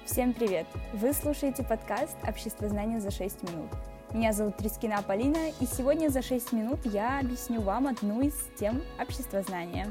Всем привет! Вы слушаете подкаст «Обществознание за 6 минут». Меня зовут Трискина Полина, и сегодня за 6 минут я объясню вам одну из тем обществознания.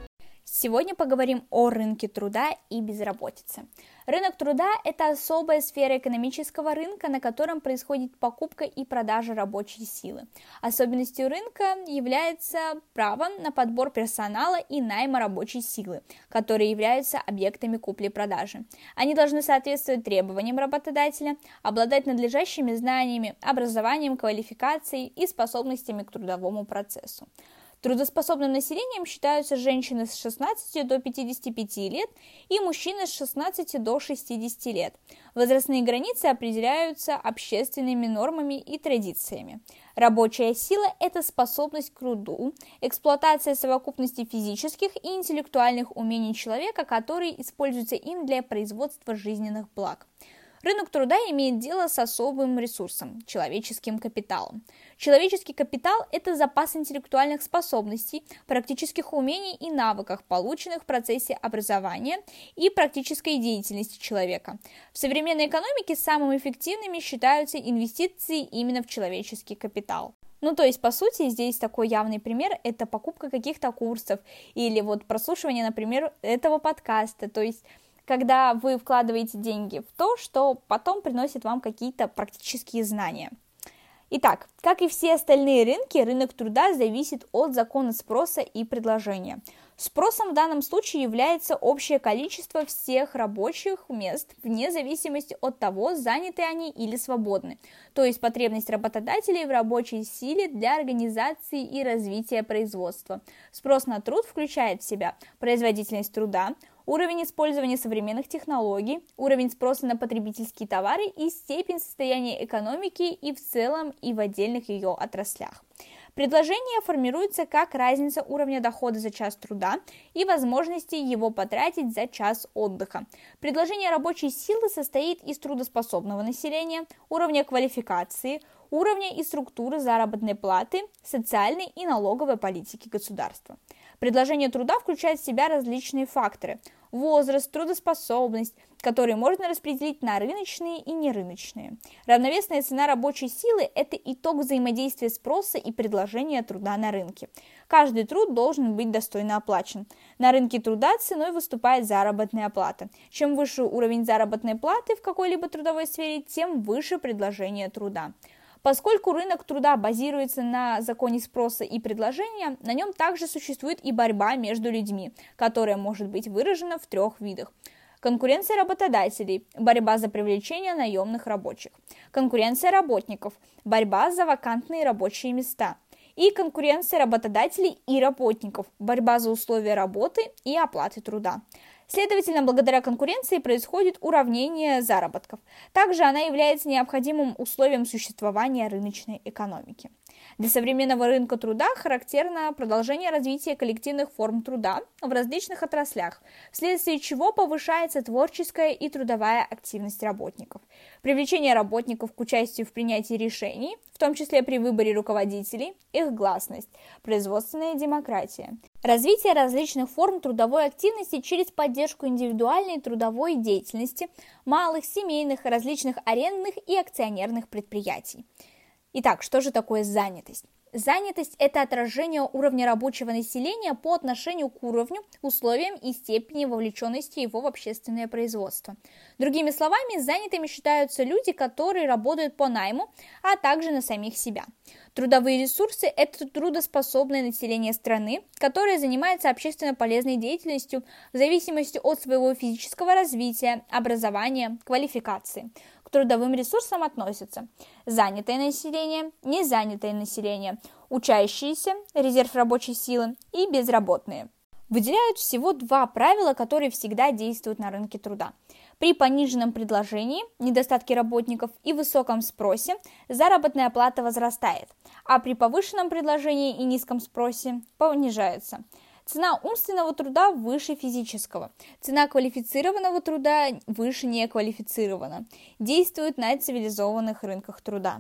Сегодня поговорим о рынке труда и безработице. Рынок труда – это особая сфера экономического рынка, на котором происходит покупка и продажа рабочей силы. Особенностью рынка является право на подбор персонала и найма рабочей силы, которые являются объектами купли-продажи. Они должны соответствовать требованиям работодателя, обладать надлежащими знаниями, образованием, квалификацией и способностями к трудовому процессу. Трудоспособным населением считаются женщины с 16 до 55 лет и мужчины с 16 до 60 лет. Возрастные границы определяются общественными нормами и традициями. Рабочая сила – это способность к труду, эксплуатация совокупности физических и интеллектуальных умений человека, которые используются им для производства жизненных благ. Рынок труда имеет дело с особым ресурсом – человеческим капиталом. Человеческий капитал – это запас интеллектуальных способностей, практических умений и навыков, полученных в процессе образования и практической деятельности человека. В современной экономике самыми эффективными считаются инвестиции именно в человеческий капитал. То есть, по сути, здесь такой явный пример – это покупка каких-то курсов или прослушивание, например, этого подкаста, то есть когда вы вкладываете деньги в то, что потом приносит вам какие-то практические знания. Итак, как и все остальные рынки, рынок труда зависит от закона спроса и предложения. Спросом в данном случае является общее количество всех рабочих мест, вне зависимости от того, заняты они или свободны, то есть потребность работодателей в рабочей силе для организации и развития производства. Спрос на труд включает в себя производительность труда, уровень использования современных технологий, уровень спроса на потребительские товары и степень состояния экономики и в целом и в отдельных ее отраслях. Предложение формируется как разница уровня дохода за час труда и возможности его потратить за час отдыха. Предложение рабочей силы состоит из трудоспособного населения, уровня квалификации, уровня и структуры заработной платы, социальной и налоговой политики государства. Предложение труда включает в себя различные факторы – возраст, трудоспособность, которые можно распределить на рыночные и нерыночные. Равновесная цена рабочей силы – это итог взаимодействия спроса и предложения труда на рынке. Каждый труд должен быть достойно оплачен. На рынке труда ценой выступает заработная плата. Чем выше уровень заработной платы в какой-либо трудовой сфере, тем выше предложение труда. Поскольку рынок труда базируется на законе спроса и предложения, на нем также существует и борьба между людьми, которая может быть выражена в трех видах. Конкуренция работодателей – борьба за привлечение наемных рабочих. Конкуренция работников – борьба за вакантные рабочие места. И конкуренция работодателей и работников – борьба за условия работы и оплаты труда. Следовательно, благодаря конкуренции происходит уравнение заработков. Также она является необходимым условием существования рыночной экономики. Для современного рынка труда характерно продолжение развития коллективных форм труда в различных отраслях, вследствие чего повышается творческая и трудовая активность работников. Привлечение работников к участию в принятии решений, в том числе при выборе руководителей, их гласность, производственная демократия. Развитие различных форм трудовой активности через поддержку индивидуальной трудовой деятельности, малых, семейных, различных арендных и акционерных предприятий. Итак, что же такое занятость? Занятость – это отражение уровня рабочего населения по отношению к уровню, условиям и степени вовлеченности его в общественное производство. Другими словами, занятыми считаются люди, которые работают по найму, а также на самих себя. Трудовые ресурсы – это трудоспособное население страны, которое занимается общественно полезной деятельностью в зависимости от своего физического развития, образования, квалификации. К трудовым ресурсам относятся занятое население, незанятое население, учащиеся, резерв рабочей силы и безработные. Выделяют всего два правила, которые всегда действуют на рынке труда. При пониженном предложении, недостатке работников и высоком спросе заработная плата возрастает, а при повышенном предложении и низком спросе понижается. Цена умственного труда выше физического. Цена квалифицированного труда выше неквалифицированного. Действует на цивилизованных рынках труда.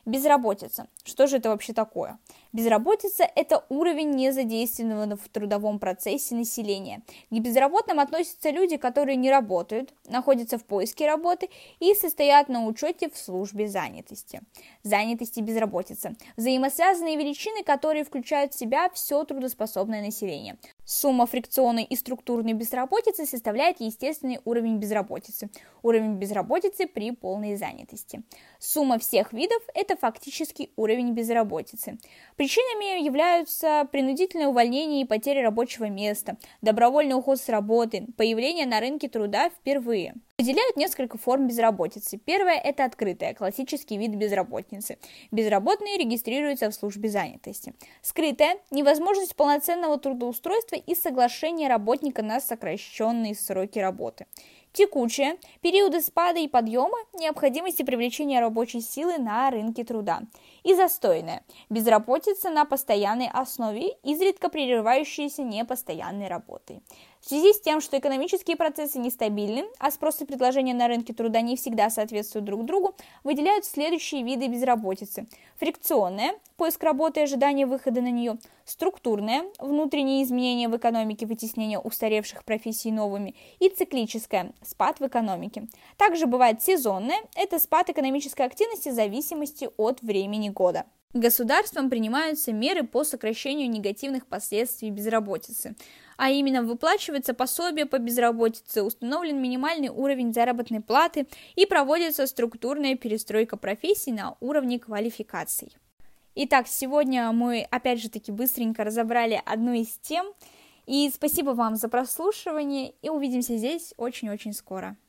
Безработица. Что же это вообще такое? Безработица – это уровень незадействованного в трудовом процессе населения. К безработным относятся люди, которые не работают, находятся в поиске работы и состоят на учете в службе занятости. Занятость и безработица – взаимосвязанные величины, которые включают в себя все трудоспособное население. Сумма фрикционной и структурной безработицы составляет естественный уровень безработицы. Уровень безработицы при полной занятости. Сумма всех видов – это фактический уровень безработицы. Причинами являются принудительное увольнение и потеря рабочего места, добровольный уход с работы, появление на рынке труда впервые. Выделяют несколько форм безработицы. Первая – это открытая, классический вид безработицы. Безработные регистрируются в службе занятости. Скрытая – невозможность полноценного трудоустройства и соглашение работника на сокращенные сроки работы. Текучая – периоды спада и подъема, необходимости привлечения рабочей силы на рынке труда. И застойная – безработица на постоянной основе, изредка прерывающаяся непостоянной работой. В связи с тем, что экономические процессы нестабильны, а спрос и предложение на рынке труда не всегда соответствуют друг другу, выделяют следующие виды безработицы. Фрикционная – поиск работы и ожидание выхода на нее. Структурная – внутренние изменения в экономике, вытеснение устаревших профессий новыми. И циклическая – спад в экономике. Также бывает сезонная – это спад экономической активности в зависимости от времени года. Государством принимаются меры по сокращению негативных последствий безработицы, а именно выплачивается пособие по безработице, установлен минимальный уровень заработной платы и проводится структурная перестройка профессий на уровне квалификаций. Итак, сегодня мы опять же таки быстренько разобрали одну из тем, и спасибо вам за прослушивание, и увидимся здесь очень-очень скоро.